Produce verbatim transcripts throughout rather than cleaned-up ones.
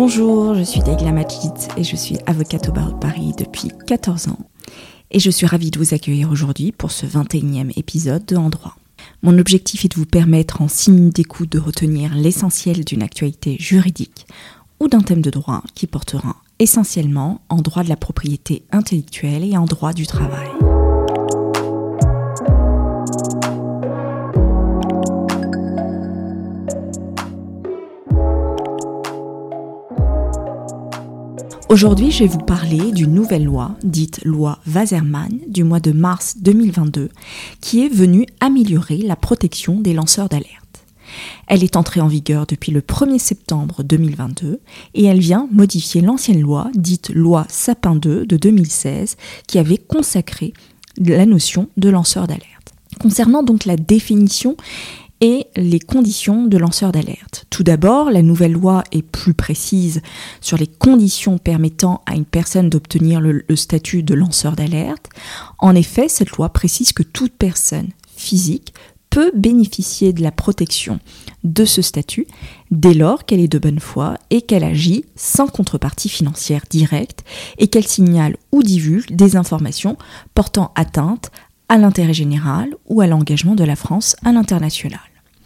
Bonjour, je suis Degla Majid et je suis avocate au barreau de Paris depuis quatorze ans. Et je suis ravie de vous accueillir aujourd'hui pour ce vingt et unième épisode de En droit. Mon objectif est de vous permettre en six minutes d'écoute de retenir l'essentiel d'une actualité juridique ou d'un thème de droit qui portera essentiellement en droit de la propriété intellectuelle et en droit du travail. Aujourd'hui, je vais vous parler d'une nouvelle loi, dite loi Wasserman, du mois de mars deux mille vingt-deux, qui est venue améliorer la protection des lanceurs d'alerte. Elle est entrée en vigueur depuis le premier septembre deux mille vingt-deux et elle vient modifier l'ancienne loi, dite loi Sapin deux de deux mille seize, qui avait consacré la notion de lanceur d'alerte. Concernant donc la définition et les conditions de lanceur d'alerte. Tout d'abord, la nouvelle loi est plus précise sur les conditions permettant à une personne d'obtenir le, le statut de lanceur d'alerte. En effet, cette loi précise que toute personne physique peut bénéficier de la protection de ce statut dès lors qu'elle est de bonne foi et qu'elle agit sans contrepartie financière directe et qu'elle signale ou divulgue des informations portant atteinte à l'intérêt général ou à l'engagement de la France à l'international.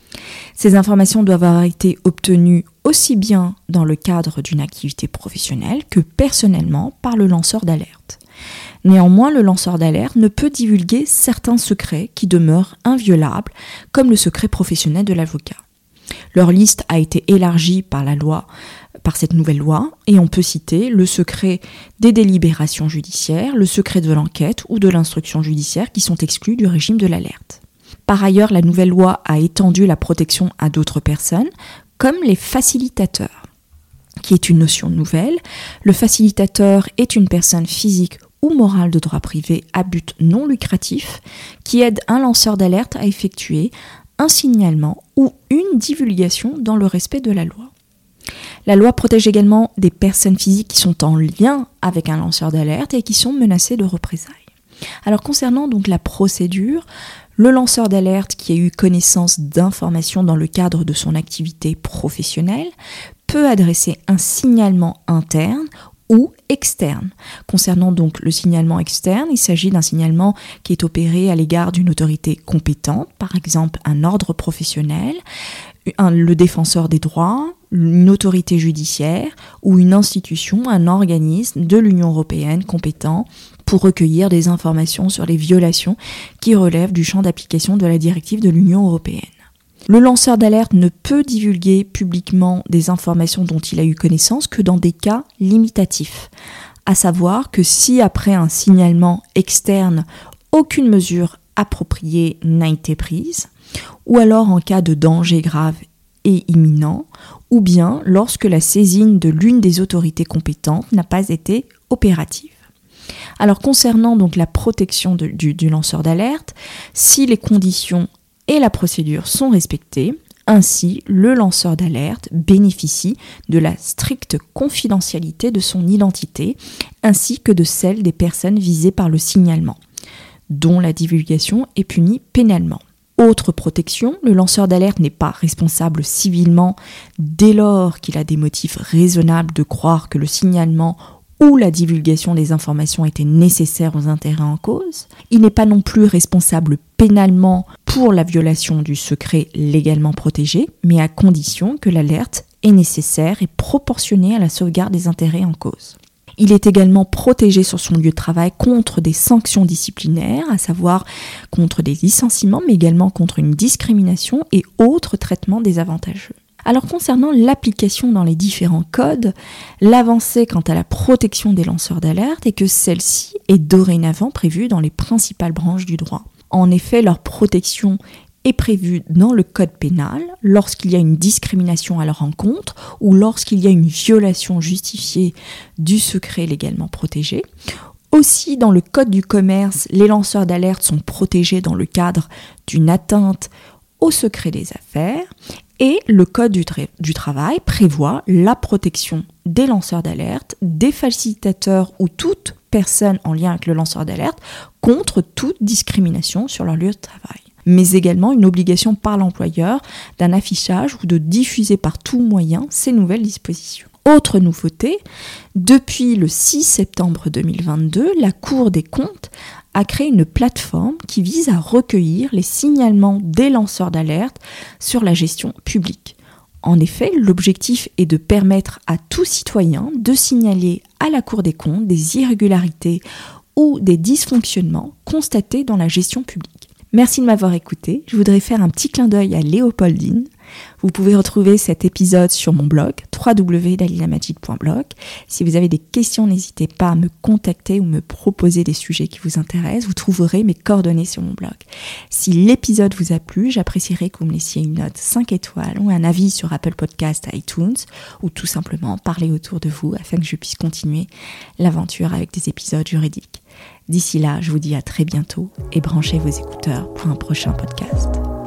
Ces informations doivent avoir été obtenues aussi bien dans le cadre d'une activité professionnelle que personnellement par le lanceur d'alerte. Néanmoins, le lanceur d'alerte ne peut divulguer certains secrets qui demeurent inviolables, comme le secret professionnel de l'avocat. Leur liste a été élargie par la loi, par cette nouvelle loi, et on peut citer le secret des délibérations judiciaires, le secret de l'enquête ou de l'instruction judiciaire qui sont exclus du régime de l'alerte. Par ailleurs, la nouvelle loi a étendu la protection à d'autres personnes, comme les facilitateurs, qui est une notion nouvelle. Le facilitateur est une personne physique ou morale de droit privé à but non lucratif qui aide un lanceur d'alerte à effectuer un signalement ou une divulgation dans le respect de la loi. La loi protège également des personnes physiques qui sont en lien avec un lanceur d'alerte et qui sont menacées de représailles. Alors concernant donc la procédure, le lanceur d'alerte qui a eu connaissance d'informations dans le cadre de son activité professionnelle peut adresser un signalement interne ou externe. Concernant donc le signalement externe, il s'agit d'un signalement qui est opéré à l'égard d'une autorité compétente, par exemple un ordre professionnel, un, le défenseur des droits, une autorité judiciaire ou une institution, un organisme de l'Union européenne compétent pour recueillir des informations sur les violations qui relèvent du champ d'application de la directive de l'Union européenne. Le lanceur d'alerte ne peut divulguer publiquement des informations dont il a eu connaissance que dans des cas limitatifs, à savoir que si après un signalement externe, aucune mesure appropriée n'a été prise, ou alors en cas de danger grave et imminent, ou bien lorsque la saisine de l'une des autorités compétentes n'a pas été opérative. Alors concernant donc la protection de, du, du lanceur d'alerte, si les conditions et la procédure sont respectées, ainsi le lanceur d'alerte bénéficie de la stricte confidentialité de son identité ainsi que de celle des personnes visées par le signalement, dont la divulgation est punie pénalement. Autre protection, le lanceur d'alerte n'est pas responsable civilement dès lors qu'il a des motifs raisonnables de croire que le signalement ou la divulgation des informations était nécessaire aux intérêts en cause. Il n'est pas non plus responsable pénalement pour la violation du secret légalement protégé, mais à condition que l'alerte est nécessaire et proportionnée à la sauvegarde des intérêts en cause. Il est également protégé sur son lieu de travail contre des sanctions disciplinaires, à savoir contre des licenciements, mais également contre une discrimination et autres traitements désavantageux. Alors concernant l'application dans les différents codes, l'avancée quant à la protection des lanceurs d'alerte est que celle-ci est dorénavant prévue dans les principales branches du droit. En effet, leur protection est prévue dans le code pénal lorsqu'il y a une discrimination à leur encontre ou lorsqu'il y a une violation justifiée du secret légalement protégé. Aussi, dans le code du commerce, les lanceurs d'alerte sont protégés dans le cadre d'une atteinte au secret des affaires. Et le Code du, tra- du travail prévoit la protection des lanceurs d'alerte, des facilitateurs ou toute personne en lien avec le lanceur d'alerte contre toute discrimination sur leur lieu de travail. Mais également une obligation par l'employeur d'un affichage ou de diffuser par tout moyen ces nouvelles dispositions. Autre nouveauté, depuis le six septembre deux mille vingt-deux, la Cour des comptes a créé une plateforme qui vise à recueillir les signalements des lanceurs d'alerte sur la gestion publique. En effet, l'objectif est de permettre à tout citoyen de signaler à la Cour des comptes des irrégularités ou des dysfonctionnements constatés dans la gestion publique. Merci de m'avoir écouté. Je voudrais faire un petit clin d'œil à Léopoldine. Vous pouvez retrouver cet épisode sur mon blog w w w point dalila majid point blog. Si vous avez des questions, n'hésitez pas à me contacter ou me proposer des sujets qui vous intéressent. Vous trouverez mes coordonnées sur mon blog. Si l'épisode vous a plu, j'apprécierais que vous me laissiez une note cinq étoiles ou un avis sur Apple Podcast, iTunes, ou tout simplement parler autour de vous afin que je puisse continuer l'aventure avec des épisodes juridiques. D'ici là, je vous dis à très bientôt et branchez vos écouteurs pour un prochain podcast.